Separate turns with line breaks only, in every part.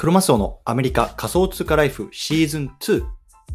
クロマスオのアメリカ仮想通貨ライフシーズン2。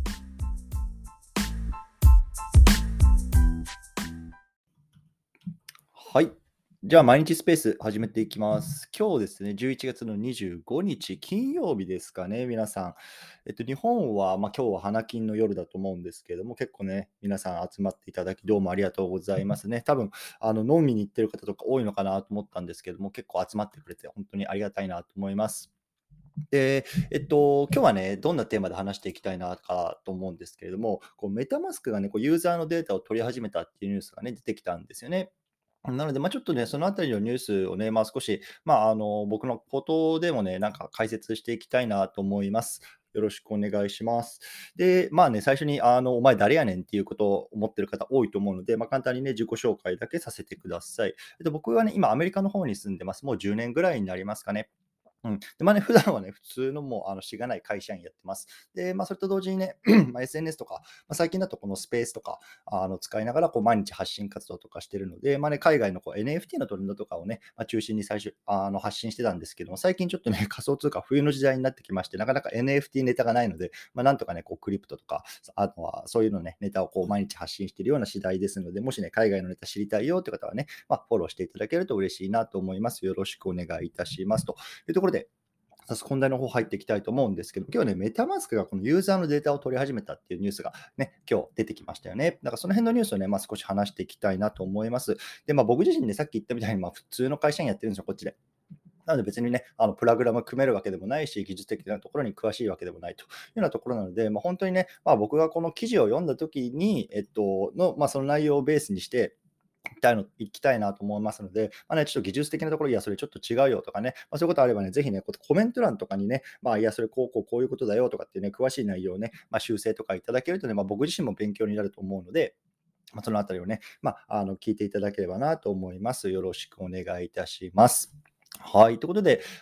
はい。じゃあ、毎日スペース始めていきます。今日ですね、11月の25日、金曜日ですかね、皆さん。日本は、今日は花金の夜だと思うんですけれども、結構ね、皆さん集まっていただき、どうもありがとうございますね。多分、飲みに行ってる方とか多いのかなと思ったんですけども、結構集まってくれて、本当にありがたいなと思います。で、今日はね、どんなテーマで話していきたいなかと思うんですけれども、メタマスクがね、ユーザーのデータを取り始めたっていうニュースがね、出てきたんですよね。なので、ちょっとね、そのあたりのニュースをね、少し、僕のことでもね、なんか解説していきたいなと思います。よろしくお願いします。で、最初に、お前誰やねんっていうことを思ってる方多いと思うので、簡単にね、自己紹介だけさせてください。僕はね、今アメリカの方に住んでます。もう10年ぐらいになりますかね。で、普段はね、普通のもう、しがない会社員やってます。で、それと同時にね、SNS とか、最近だとこのスペースとか、使いながら、毎日発信活動とかしてるので、海外のNFT のトレンドとかをね、中心に最初、発信してたんですけども、最近ちょっとね、仮想通貨冬の時代になってきまして、なかなか NFT ネタがないので、なんとかね、クリプトとか、あとはそういうのね、ネタを毎日発信しているような次第ですので、もしね、海外のネタ知りたいよって方はね、フォローしていただけると嬉しいなと思います。よろしくお願いいたしますと。いうところで、早速本題の方入っていきたいと思うんですけど、今日はね、メタマスクがこのユーザーのデータを取り始めたっていうニュースがね、今日出てきましたよね。だからその辺のニュースをね、少し話していきたいなと思います。で、僕自身ね、さっき言ったみたいに、普通の会社員やってるんですよ、こっちで。なので別にね、プログラム組めるわけでもないし、技術的なところに詳しいわけでもないというようなところなので、本当にね、僕がこの記事を読んだ時に、その内容をベースにして、行きたいなと思いますので、ちょっと技術的なところ、いや、それちょっと違うよとかね、そういうことあればね、ぜひね、コメント欄とかにね、いや、それこういうことだよとかっていうね、詳しい内容をね、修正とかいただけるとね、僕自身も勉強になると思うので、そのあたりをね、聞いていただければなと思います。よろしくお願いいたします。はい。ということで、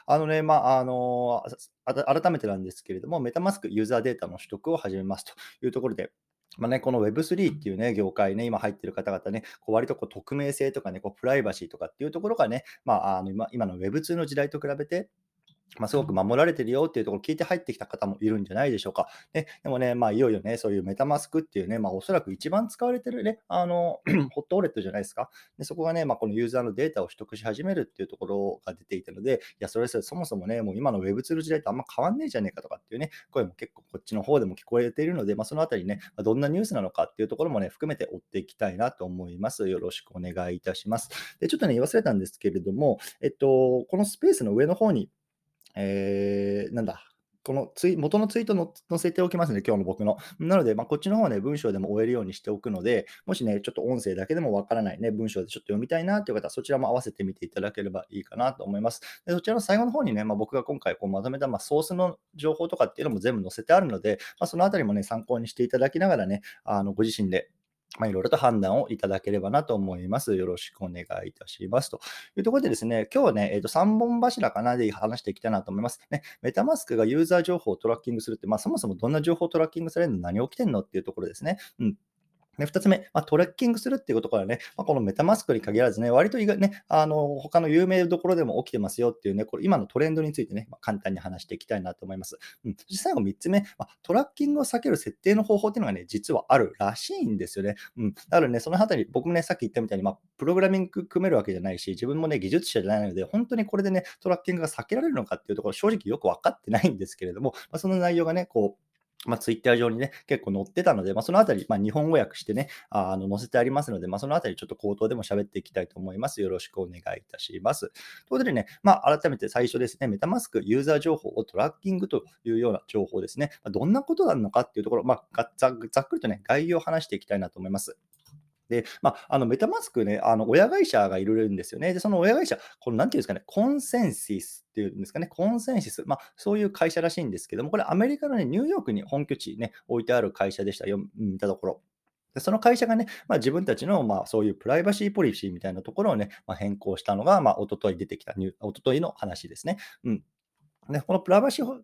改めてなんですけれども、メタマスクユーザーデータの取得を始めますというところで、この Web3 っていうね、業界ね、今入ってる方々ね、割と匿名性とかね、プライバシーとかっていうところがね、今の Web2 の時代と比べて、すごく守られてるよっていうところを聞いて入ってきた方もいるんじゃないでしょうか。でもね、いよいよね、そういうメタマスクっていうね、おそらく一番使われてるね、ホットウォレットじゃないですか。で、そこがね、このユーザーのデータを取得し始めるっていうところが出ていたので、いや、そもそもね、もう今の Web2 の時代とあんま変わんねえじゃねえかとかっていうね、声も結構こっちの方でも聞こえているので、そのあたりね、どんなニュースなのかっていうところもね、含めて追っていきたいなと思います。よろしくお願いいたします。で、ちょっとね、言い忘れたんですけれども、このスペースの上の方になんだ、この元のツイートの載せておきますね、今日の僕の。なので、こっちの方はね、文章でも終えるようにしておくので、もしね、ちょっと音声だけでもわからないね、文章でちょっと読みたいなという方は、そちらも合わせてみていただければいいかなと思います。で、そちらの最後の方にね、僕が今回まとめた、ソースの情報とかっていうのも全部載せてあるので、そのあたりもね、参考にしていただきながらね、ご自身でいろいろと判断をいただければなと思います。よろしくお願いいたします。というところでですね、今日はね、3本柱かなで話していきたいなと思います。ね、メタマスクがユーザー情報をトラッキングするって、そもそもどんな情報をトラッキングされるの、何起きてんのっていうところですね。で、2つ目、トラッキングするっていうことからね、このメタマスクに限らずね、割とね、他の有名どころでも起きてますよっていうね、これ今のトレンドについてね、簡単に話していきたいなと思います。そして最後3つ目、トラッキングを避ける設定の方法っていうのがね、実はあるらしいんですよね。だからね、そのあたり、僕もね、さっき言ったみたいに、プログラミング組めるわけじゃないし、自分もね、技術者じゃないので、本当にこれでね、トラッキングが避けられるのかっていうところ、正直よく分かってないんですけれども、その内容がね、ツイッター上にね、結構載ってたので、そのあたり、日本語訳してね、載せてありますので、そのあたりちょっと口頭でも喋っていきたいと思います。よろしくお願いいたします。ということでね、改めて最初ですね、メタマスクユーザー情報をトラッキングというような情報ですね。どんなことなのかっていうところ、ざっくりとね、概要を話していきたいなと思います。で、メタマスクね、親会社がいるんですよね。で、その親会社、なんていうんですかね、コンセンシスっていうんですかね、コンセンシス、そういう会社らしいんですけども、これアメリカのね、ニューヨークに本拠地ね、置いてある会社でしたよ、見たところ。で、その会社がね、自分たちの、そういうプライバシーポリシーみたいなところをね、変更したのが、一昨日出てきた一昨日の話ですね。うん。で、このプライバシー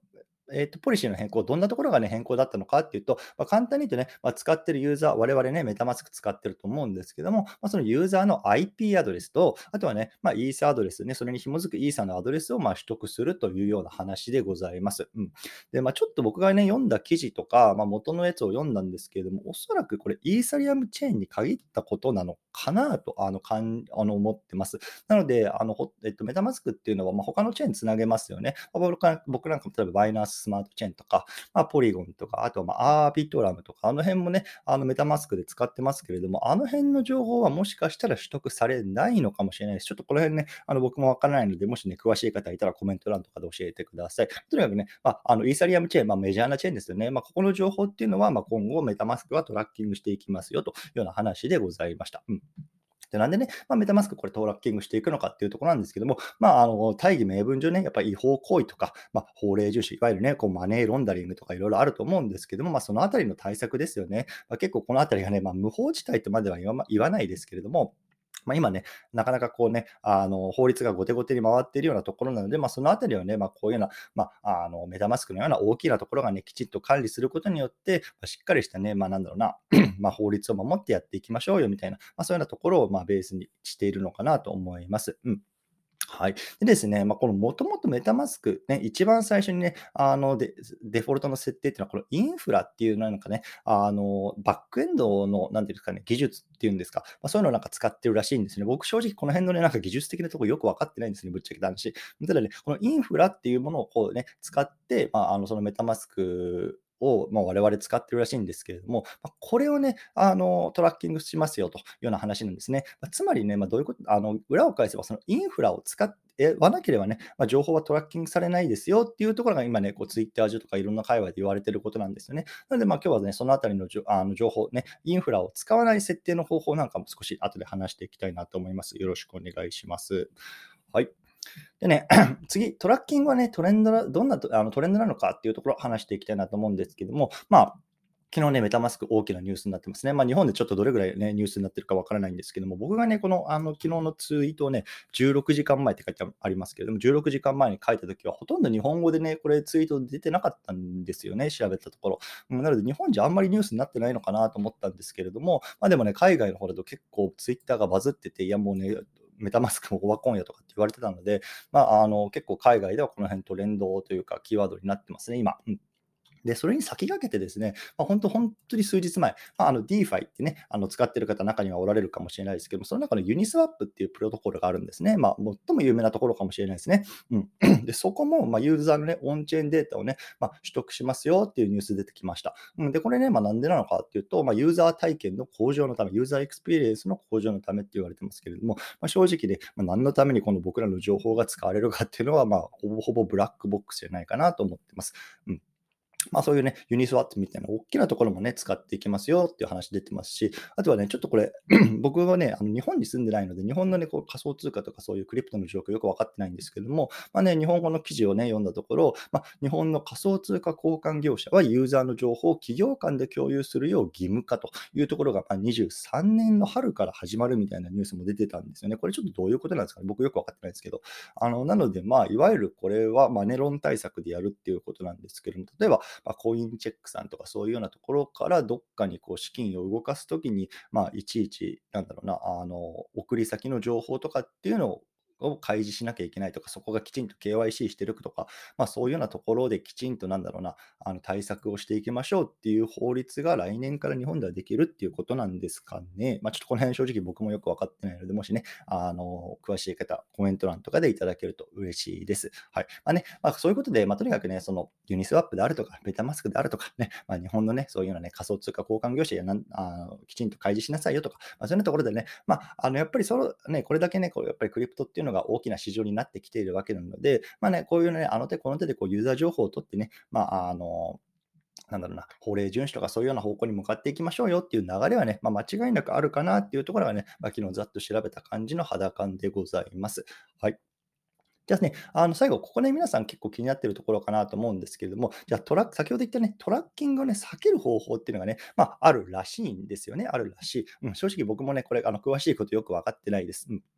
ポリシーの変更、どんなところがね、変更だったのかっていうと、簡単に言うとね、使ってるユーザー、我々ね、メタマスク使ってると思うんですけども、そのユーザーの IP アドレスと、あとはね、イーサアドレスね、それに紐づくイーサのアドレスを取得するというような話でございます。うん。で、ちょっと僕がね、読んだ記事とか、元のやつを読んだんですけれども、おそらくこれイーサリアムチェーンに限ったことなのかなと、思ってます。なので、メタマスクっていうのは、他のチェーンつなげますよね。僕なんかも例えばバイナンススマートチェーンとか、ポリゴンとか、あとは、アービトラムとか、あの辺もね、メタマスクで使ってますけれども、あの辺の情報はもしかしたら取得されないのかもしれないです。ちょっとこの辺ね、僕もわからないので、もしね、詳しい方いたらコメント欄とかで教えてください。とにかくね、イーサリアムチェーン、メジャーなチェーンですよね。ここの情報っていうのは、今後メタマスクはトラッキングしていきますよというような話でございました。うん。で、なんでね、メタマスクこれトラッキングしていくのかっていうところなんですけども、大義名分上ね、やっぱり違法行為とか、法令遵守、いわゆるね、マネーロンダリングとかいろいろあると思うんですけども、そのあたりの対策ですよね。結構このあたりがね、無法地帯とまでは言わないですけれども、今ね、なかなかこうね、法律が後手後手に回っているようなところなので、そのあたりはね、こういうような、メタマスクのような大きなところがね、きちっと管理することによって、しっかりしたね、なんだろうな、法律を守ってやっていきましょうよみたいな、そういうようなところをベースにしているのかなと思います。うん。はい。でですね、このもともとメタマスク、ね、一番最初にね、デフォルトの設定っていうのは、このインフラっていうなんかね、バックエンドの、なんていうんですかね、技術っていうんですか、そういうのをなんか使ってるらしいんですね。僕正直この辺のね、なんか技術的なところよくわかってないんですね、ぶっちゃけた話。ただね、このインフラっていうものをこうね、使って、そのメタマスクを、我々使ってるらしいんですけれども、これをね、トラッキングしますよというような話なんですね。つまりね、どういうこと、裏を返せば、そのインフラを使ってわなければね、情報はトラッキングされないですよっていうところが今ね、こうツイッター上とかいろんな界隈で言われてることなんですよね。なので、今日はね、そのあたりの情報ね、インフラを使わない設定の方法なんかも少し後で話していきたいなと思います。よろしくお願いします。はい。でね、次、トラッキングはね、トレンドな、どんなトトレンドなのかっていうところを話していきたいなと思うんですけども、昨日ね、メタマスク大きなニュースになってますね。日本でちょっとどれぐらいね、ニュースになってるかわからないんですけども、僕がね、昨日のツイートをね、16時間前って書いてありますけれども、16時間前に書いたときは、ほとんど日本語でね、これツイート出てなかったんですよね、調べたところ。なので、日本じゃあんまりニュースになってないのかなと思ったんですけれども、でもね、海外の方だと結構ツイッターがバズってて、いやもうね、メタマスクもオワコンやとかって言われてたので、結構海外ではこの辺トレンドというか、キーワードになってますね、今。で、それに先駆けてですね、本当に数日前、DeFi ってね、使ってる方中にはおられるかもしれないですけども、その中のユニスワップっていうプロトコルがあるんですね。最も有名なところかもしれないですね。うん。で、そこも、ユーザーのね、オンチェーンデータをね、取得しますよっていうニュース出てきました。で、これね、なんでなのかっていうと、ユーザー体験の向上のため、ユーザーエクスペリエンスの向上のためって言われてますけれども、正直で、何のためにこの僕らの情報が使われるかっていうのは、ほぼほぼブラックボックスじゃないかなと思ってます。うん。そういうね、ユニスワットみたいな大きなところもね、使っていきますよっていう話出てますし、あとはね、ちょっとこれ、僕はね、日本に住んでないので、日本のね、こう仮想通貨とかそういうクリプトの状況よくわかってないんですけども、日本語の記事をね、読んだところ、日本の仮想通貨交換業者はユーザーの情報を企業間で共有するよう義務化というところが、23年の春から始まるみたいなニュースも出てたんですよね。これちょっとどういうことなんですかね。僕よくわかってないですけど。なので、いわゆるこれはマネロン対策でやるっていうことなんですけども、例えば、コインチェックさんとかそういうようなところからどっかにこう資金を動かすときに、いちいち、なんだろうな、送り先の情報とかっていうのを開示しなきゃいけないとか、そこがきちんと KYC してるとか、そういうようなところできちんとなんだろうな、対策をしていきましょうっていう法律が来年から日本ではできるっていうことなんですかね。ちょっとこの辺正直僕もよくわかってないので、もしね、詳しい方、コメント欄とかでいただけると嬉しいです。はい。そういうことで、とにかくね、そのユニスワップであるとか、ベタマスクであるとか、ね、日本のね、そういうようなね、仮想通貨交換業者やきちんと開示しなさいよとか、そういうようなところでね、やっぱりこれだけね、こうやっぱりクリプトっていうのが大きな市場になってきているわけなので、こういうね、あの手この手でこうユーザー情報を取ってね、なんだろうな、法令遵守とかそういうような方向に向かっていきましょうよっていう流れはね、間違いなくあるかなっていうところがね、昨日ざっと調べた感じの肌感でございます。はい。じゃあね、最後、ここね、皆さん結構気になっているところかなと思うんですけれども、じゃあ先ほど言ったね、トラッキングをね、避ける方法っていうのがね、あるらしいんですよね。あるらしい。正直僕もね、これ、詳しいことよくわかってないです。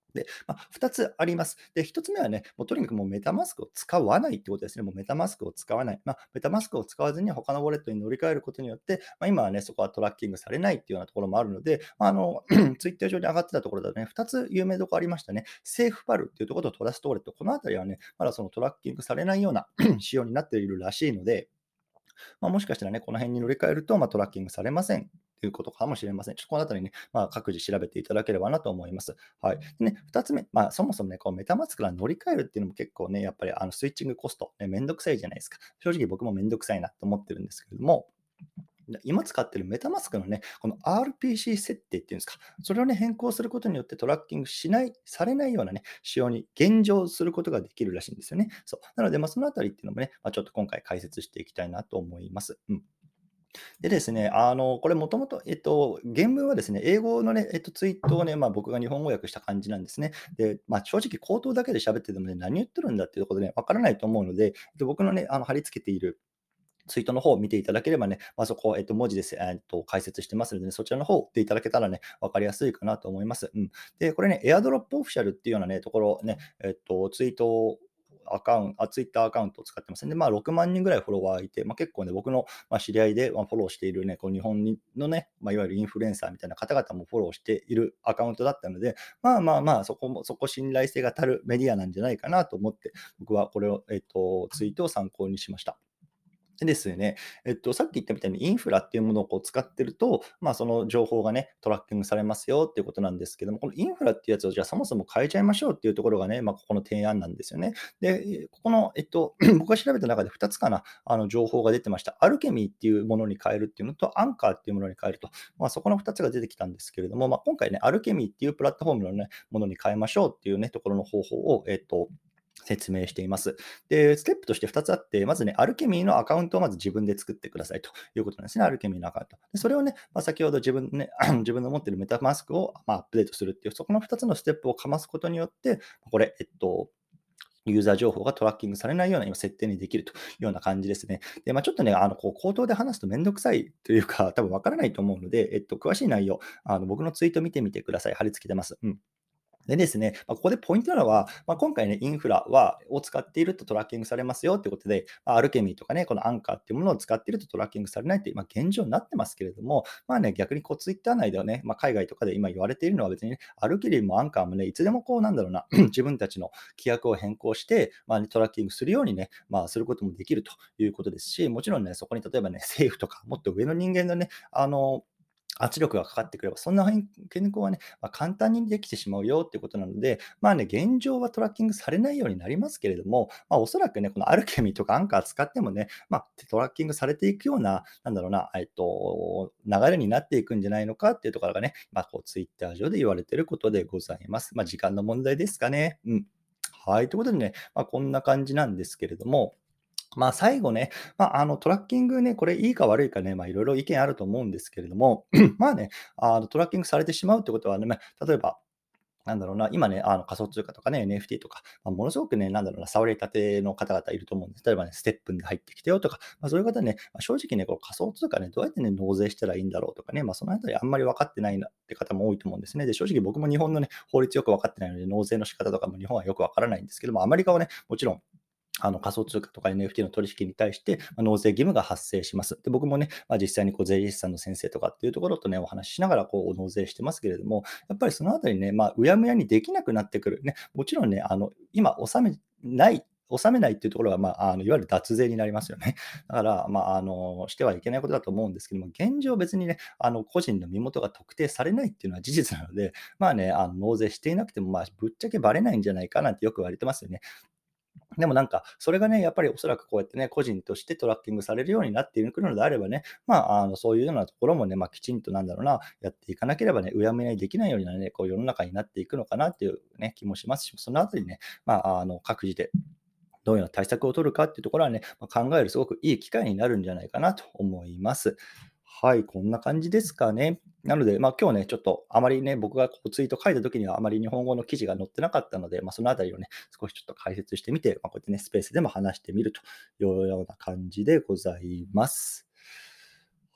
で、2つあります。で、1つ目はね、もうとにかくもうメタマスクを使わないってことですね。もうメタマスクを使わない。メタマスクを使わずに他のウォレットに乗り換えることによって、今はね、そこはトラッキングされないっていうようなところもあるので、ツイッター上に上がってたところだとね、2つ有名どころありましたね。セーフバルっていうところとトラストウォレット。このあたりはね、まだそのトラッキングされないような仕様になっているらしいので、もしかしたらね、この辺に乗り換えると、トラッキングされませんということかもしれません。ちょっとこのあたりね、各自調べていただければなと思います。はい。でね、2つ目、そもそもね、こうメタマスクから乗り換えるっていうのも結構ね、やっぱりスイッチングコスト、ね、めんどくさいじゃないですか。正直僕もめんどくさいなと思ってるんですけれども、今使ってるメタマスクのね、この RPC 設定っていうんですか、それをね、変更することによってトラッキングされないようなね、仕様に現状することができるらしいんですよね。そう。なので、そのあたりっていうのもね、ちょっと今回解説していきたいなと思います。うん。でですね、これもともと、原文はですね、英語のね、ツイートをね、僕が日本語訳した感じなんですね。で、正直口頭だけで喋っててもね、何言ってるんだっていうところでね、わからないと思うので、僕のね、貼り付けているツイートの方を見ていただければね、そこ、文字です、解説してますのでね、そちらの方を追っていただけたらね、分かりやすいかなと思います。うん。で、これね、エアドロップオフィシャルっていうようなね、ところね、ツイートツイッターアカウントを使ってますね。で、6万人ぐらいフォロワーいて、結構ね、僕の、知り合いで、フォローしているね、こう日本のね、いわゆるインフルエンサーみたいな方々もフォローしているアカウントだったので、そこ信頼性が足るメディアなんじゃないかなと思って、僕はこれを、ツイートを参考にしました。でですね、さっき言ったみたいにインフラっていうものをこう使ってると、その情報がね、トラッキングされますよっていうことなんですけども、このインフラっていうやつをじゃあそもそも変えちゃいましょうっていうところがね、ここの提案なんですよね。で、ここの、僕が調べた中で2つかな、情報が出てました。アルケミーっていうものに変えるっていうのと、アンカーっていうものに変えると。そこの2つが出てきたんですけれども、今回ね、アルケミーっていうプラットフォームのね、ものに変えましょうっていうね、ところの方法を、説明しています。で、ステップとして2つあって、まずね、アルケミーのアカウントをまず自分で作ってくださいということなんですね、アルケミーのアカウント。でそれをね、先ほど自分ね、自分の持っているメタマスクを、アップデートするっていう、そこの2つのステップをかますことによって、これ、ユーザー情報がトラッキングされないような今設定にできるというような感じですね。で、ちょっとね、こう口頭で話すとめんどくさいというか、多分わからないと思うので、詳しい内容、僕のツイート見てみてください。貼り付けてます。うん。でですね、ここでポイントなのは、今回ね、インフラを使っているとトラッキングされますよってことで、アルケミーとかね、このアンカーっていうものを使っているとトラッキングされないっていう、現状になってますけれども、逆にこうツイッター内ではね、海外とかで今言われているのは別にね、アルケミーもアンカーもね、いつでもこうなんだろうな、自分たちの規約を変更して、トラッキングするようにね、することもできるということですし、もちろんね、そこに例えばね、政府とかもっと上の人間のね、圧力がかかってくれば、そんな変更はね、簡単にできてしまうよっていうことなので、現状はトラッキングされないようになりますけれども、おそらくね、このアルケミとかアンカー使ってもね、トラッキングされていくような、なんだろうな、流れになっていくんじゃないのかっていうところがね、こうツイッター上で言われていることでございます。時間の問題ですかね。うん。はい。ということでね、こんな感じなんですけれども、最後ね、トラッキングね、これいいか悪いかね、いろいろ意見あると思うんですけれども、ね、トラッキングされてしまうってことはね、例えば、なんだろうな、今ね、仮想通貨とかね、NFT とか、ものすごくね、なんだろうな、触りたての方々いると思うんです。例えばね、ステップンで入ってきてよとか、そういう方ね、正直ね、こう仮想通貨ね、どうやってね、納税したらいいんだろうとかね、そのあたりあんまり分かってないなって方も多いと思うんですね。で、正直僕も日本のね、法律よく分かってないので、納税の仕方とかも日本はよく分からないんですけども、アメリカはね、もちろん仮想通貨とか NFT の取引に対して、納税義務が発生します。で、僕もね、実際にこう税理士さんの先生とかっていうところとね、お話ししながらこう納税してますけれども、やっぱりそのあたりね、うやむやにできなくなってくる。ね、もちろんね、今納めないっていうところは、いわゆる脱税になりますよね。だから、してはいけないことだと思うんですけども、現状別にね、個人の身元が特定されないっていうのは事実なので、納税していなくても、ぶっちゃけバレないんじゃないかなんてよく言われてますよね。でもなんか、それがね、やっぱりおそらくこうやってね、個人としてトラッキングされるようになってくるのであればね、そういうようなところもね、きちんとなんだろうな、やっていかなければね、うやむやにできないようなね、こう世の中になっていくのかなっていうね、気もしますし、そのあたりね、各自でどういうような対策を取るかっていうところはね、考えるすごくいい機会になるんじゃないかなと思います。はい、こんな感じですかね。なので、今日ね、ちょっとあまりね、僕がこうツイート書いた時にはあまり日本語の記事が載ってなかったので、そのあたりをね、少しちょっと解説してみて、こうやってね、スペースでも話してみるというような感じでございます。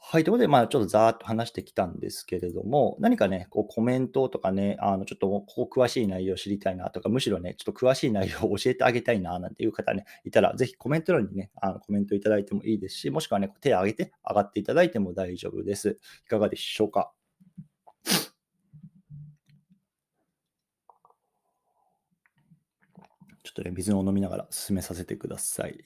はい、ということで、ちょっとざーっと話してきたんですけれども、何かね、こうコメントとかね、ちょっとここ詳しい内容を知りたいなとか、むしろね、ちょっと詳しい内容を教えてあげたいななんていう方ね、いたら、ぜひコメント欄にね、コメントいただいてもいいですし、もしくはね、手を挙げて上がっていただいても大丈夫です。いかがでしょうか。ちょっとね、水を飲みながら進めさせてください。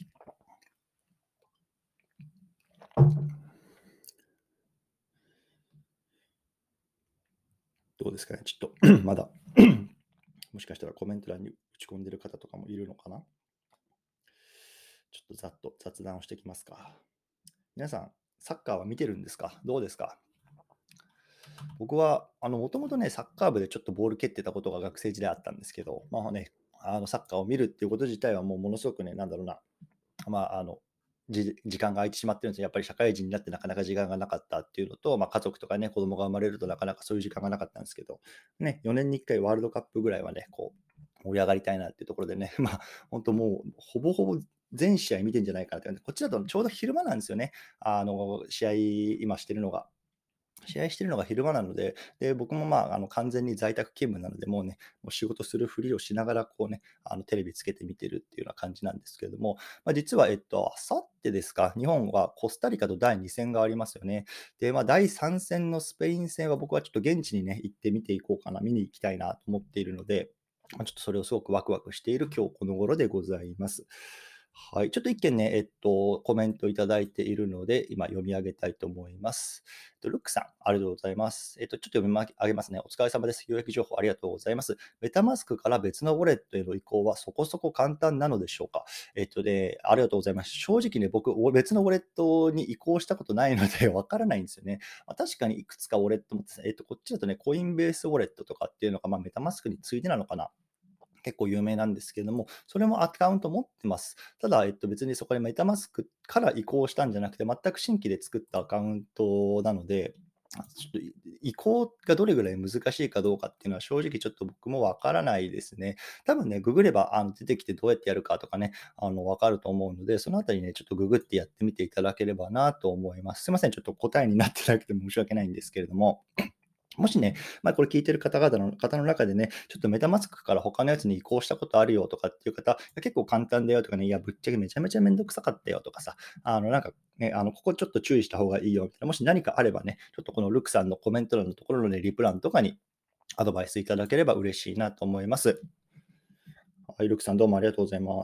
どうですかね、ちょっとまだもしかしたらコメント欄に打ち込んでる方とかもいるのかな。ちょっとざっと雑談をしてきますか。皆さん、サッカーは見てるんですか？どうですか？僕は、もともとね、サッカー部でちょっとボール蹴ってたことが学生時代あったんですけど、サッカーを見るっていうこと自体はもうものすごくね、なんだろうな、まあ、あの、時間が空いてしまってるんですよ。やっぱり社会人になってなかなか時間がなかったっていうのと、家族とかね、子供が生まれるとなかなかそういう時間がなかったんですけど、ね、4年に1回ワールドカップぐらいはね、こう、盛り上がりたいなっていうところでね、本当もう、ほぼほぼ全試合見てんじゃないかなって感じで、こっちだとちょうど昼間なんですよね。試合、今してるのが。試合してるのが昼間なので、で、僕も完全に在宅勤務なので、もうね、もう仕事するふりをしながら、こうね、テレビつけて見てるっていうような感じなんですけれども、実は、明後日ですか、日本はコスタリカと第2戦がありますよね。で、第3戦のスペイン戦は僕はちょっと現地にね、行って見ていこうかな、見に行きたいなと思っているので、ちょっとそれをすごくワクワクしている今日この頃でございます。はい。ちょっと一件ね、コメントいただいているので、今読み上げたいと思います。ルックさん、ありがとうございます。ちょっと読み上げますね。お疲れ様です。有益情報ありがとうございます。メタマスクから別のウォレットへの移行はそこそこ簡単なのでしょうか？ありがとうございます。正直ね、僕、別のウォレットに移行したことないのでわからないんですよね。確かにいくつかウォレットもですね、こっちだとね、コインベースウォレットとかっていうのが、メタマスクについてなのかな。結構有名なんですけれども、それもアカウント持ってます。ただ、別にそこでメタマスクから移行したんじゃなくて、全く新規で作ったアカウントなので、ちょっと移行がどれぐらい難しいかどうかっていうのは正直ちょっと僕もわからないですね。多分ね、ググれば出てきてどうやってやるかとかね、わかると思うので、そのあたりね、ちょっとググってやってみていただければなと思います。すいません、ちょっと答えになってなくて申し訳ないんですけれども。もしね、これ聞いてる方の中でね、ちょっとメタマスクから他のやつに移行したことあるよとかっていう方、結構簡単だよとかね、いや、ぶっちゃけめちゃめちゃめんどくさかったよとかさ、ここちょっと注意した方がいいよみたいな、もし何かあればね、ちょっとこのルクさんのコメント欄のところのね、リプ欄とかにアドバイスいただければ嬉しいなと思います。はい、ルクさんどうもありがとうございます。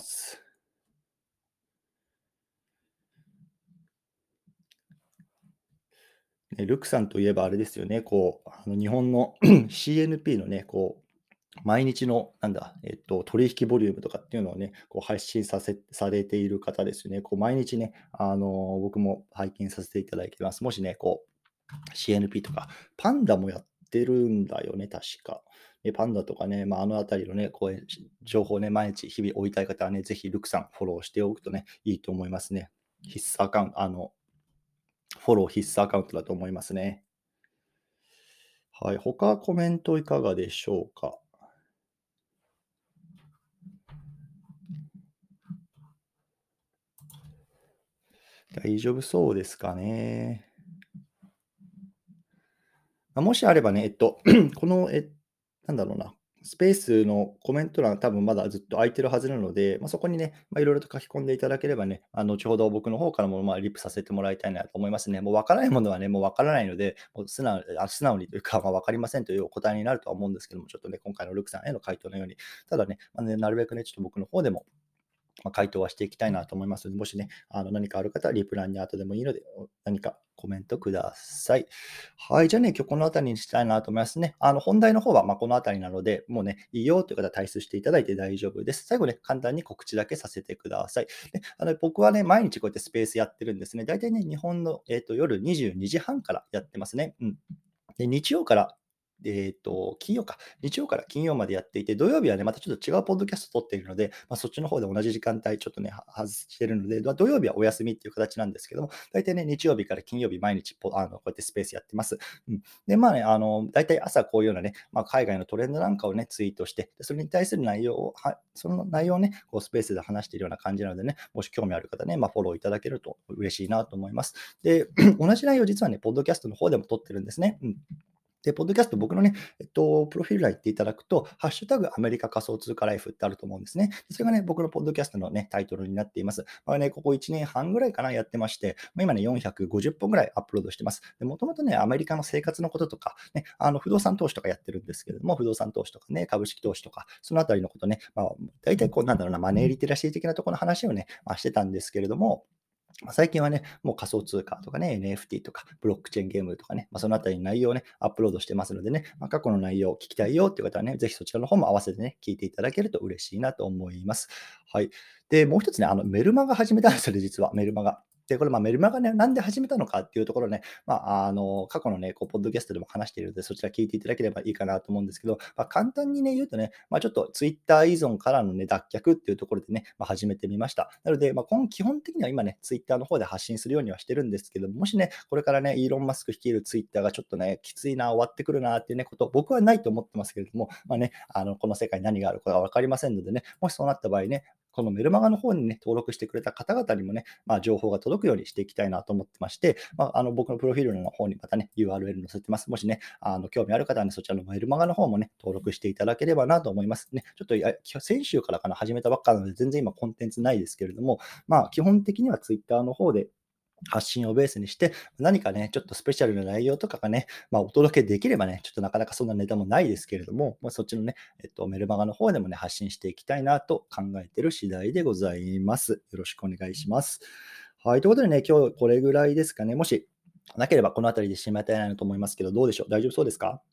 ね、ルクさんといえばあれですよね、こう、日本のCNP のね、こう、毎日の、取引ボリュームとかっていうのをね、こう配信されている方ですよね。こう毎日ね、僕も拝見させていただいてます。もしね、こう、CNP とか、パンダもやってるんだよね、確か。パンダとかね、あのあたりのね、こう、情報をね、毎日日々追いたい方はね、ぜひルクさんフォローしておくとね、いいと思いますね。必須アカウント、フォロー必須アカウントだと思いますね。はい。他コメントいかがでしょうか？大丈夫そうですかね。もしあればね、この、なんだろうな、スペースのコメント欄、多分まだずっと空いてるはずなので、そこにね、いろいろと書き込んでいただければね、後ほど僕の方からも、リプさせてもらいたいなと思いますね。もう分からないものはね、もう分からないので、もう素直にというか、分かりませんというお答えになるとは思うんですけども、ちょっとね、今回のルクさんへの回答のように、ただね、なるべくね、ちょっと僕の方でも回答はしていきたいなと思いますので、もしね、何かある方はリプランに後でもいいので、何かコメントください。はい、じゃあね、今日この辺りにしたいなと思いますね。本題の方はこの辺りなので、もうね、いいよという方は退出していただいて大丈夫です。最後ね、簡単に告知だけさせてください。で僕はね、毎日こうやってスペースやってるんですね。大体ね、日本の、夜22時半からやってますね。うん。で、日曜から金曜か、日曜から金曜までやっていて、土曜日はね、またちょっと違うポッドキャスト撮っているので、そっちの方で同じ時間帯ちょっとね、外してるので、土曜日はお休みっていう形なんですけども、大体ね、日曜日から金曜日毎日こうやってスペースやってます。うん。で、ね、大体朝こういうようなね、海外のトレンドなんかをね、ツイートして、でそれに対する内容を、その内容をね、こうスペースで話しているような感じなのでね、もし興味ある方ね、フォローいただけると嬉しいなと思います。で、同じ内容実はね、ポッドキャストの方でも撮ってるんですね。うん。で、ポッドキャスト僕のね、プロフィール欄行っていただくと、ハッシュタグアメリカ仮想通貨ライフってあると思うんですね。それがね、僕のポッドキャストのね、タイトルになっています。ここ1年半ぐらいかな、やってまして、今ね、450本ぐらいアップロードしてます。で、もともとね、アメリカの生活のこととか、ね、不動産投資とかやってるんですけれども、不動産投資とかね、株式投資とか、そのあたりのことね、大体こう、なんだろうな、マネーリテラシー的なところの話をね、してたんですけれども、最近はね、もう仮想通貨とかね、NFT とか、ブロックチェーンゲームとかね、そのあたりの内容をね、アップロードしてますのでね、過去の内容を聞きたいよっていう方はね、ぜひそちらの方も合わせてね、聞いていただけると嬉しいなと思います。はい。で、もう一つね、メルマガ始めたんですよね、実は、メルマガ。で、これ、メルマガね、なんで始めたのかっていうところね、過去のね、こう、ポッドキャストでも話しているので、そちら聞いていただければいいかなと思うんですけど、簡単にね、言うとね、ちょっとツイッター依存からのね、脱却っていうところでね、始めてみました。なので、基本的には今ね、ツイッターの方で発信するようにはしてるんですけども、もしね、これからね、イーロン・マスク率いるツイッターがちょっとね、きついな、終わってくるなっていうね、僕はないと思ってますけれども、この世界に何があるかわかりませんのでね、もしそうなった場合ね、このメルマガの方にね、登録してくれた方々にもね、情報が届くようにしていきたいなと思ってまして、僕のプロフィールの方にまたね、URL 載せてます。もしね、興味ある方はね、そちらのメルマガの方もね、登録していただければなと思いますね。ちょっと先週からかな、始めたばっかなので、全然今コンテンツないですけれども、基本的には Twitter の方で発信をベースにして、何かね、ちょっとスペシャルな内容とかがね、お届けできればね、ちょっとなかなかそんなネタもないですけれども、そっちのね、メルマガの方でもね、発信していきたいなと考えている次第でございます。よろしくお願いします。はい、ということでね、今日これぐらいですかね。もしなければこの辺りで締めたいなと思いますけど、どうでしょう？大丈夫そうですか？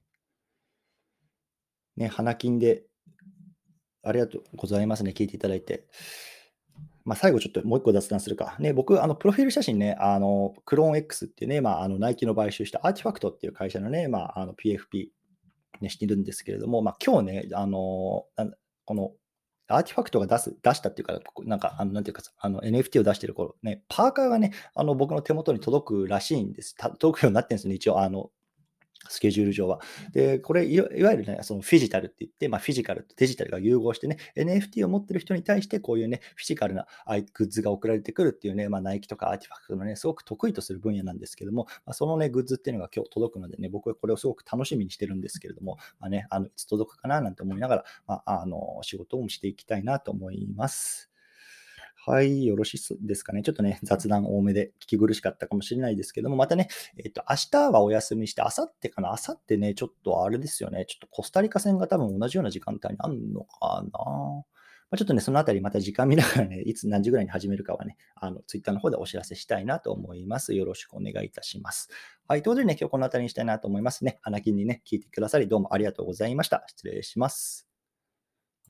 ね、花金でありがとうございますね、聞いていただいて。最後ちょっともう一個雑談するか。ね、僕、プロフィール写真ね、クローン X っていうね、ナイキの買収したアーティファクトっていう会社のね、PFP ね、してるんですけれども、今日ね、このアーティファクトが出したっていうか、なんか、なんていうか、NFT を出してる頃ね、パーカーがね、僕の手元に届くらしいんです。届くようになってるんですね、一応、スケジュール上は。で、これ、いわゆるね、そのフィジタルって言って、フィジカルとデジタルが融合してね、NFT を持ってる人に対して、こういうね、フィジカルなグッズが送られてくるっていうね、ナイキとかアーティファクトのね、すごく得意とする分野なんですけども、そのね、グッズっていうのが今日届くのでね、僕はこれをすごく楽しみにしてるんですけれども、いつ届くかななんて思いながら、仕事をしていきたいなと思います。はい、よろしいですかね。ちょっとね、雑談多めで聞き苦しかったかもしれないですけども、またね、明日はお休みして、明後日かな、明後日ね、ちょっとあれですよね、ちょっとコスタリカ戦が多分同じような時間帯にあるのかな。ちょっとね、そのあたりまた時間見ながらね、いつ何時ぐらいに始めるかはね、ツイッターの方でお知らせしたいなと思います。よろしくお願いいたします。はい、ということでね、今日このあたりにしたいなと思いますね。花金にね、聞いてくださり、どうもありがとうございました。失礼します。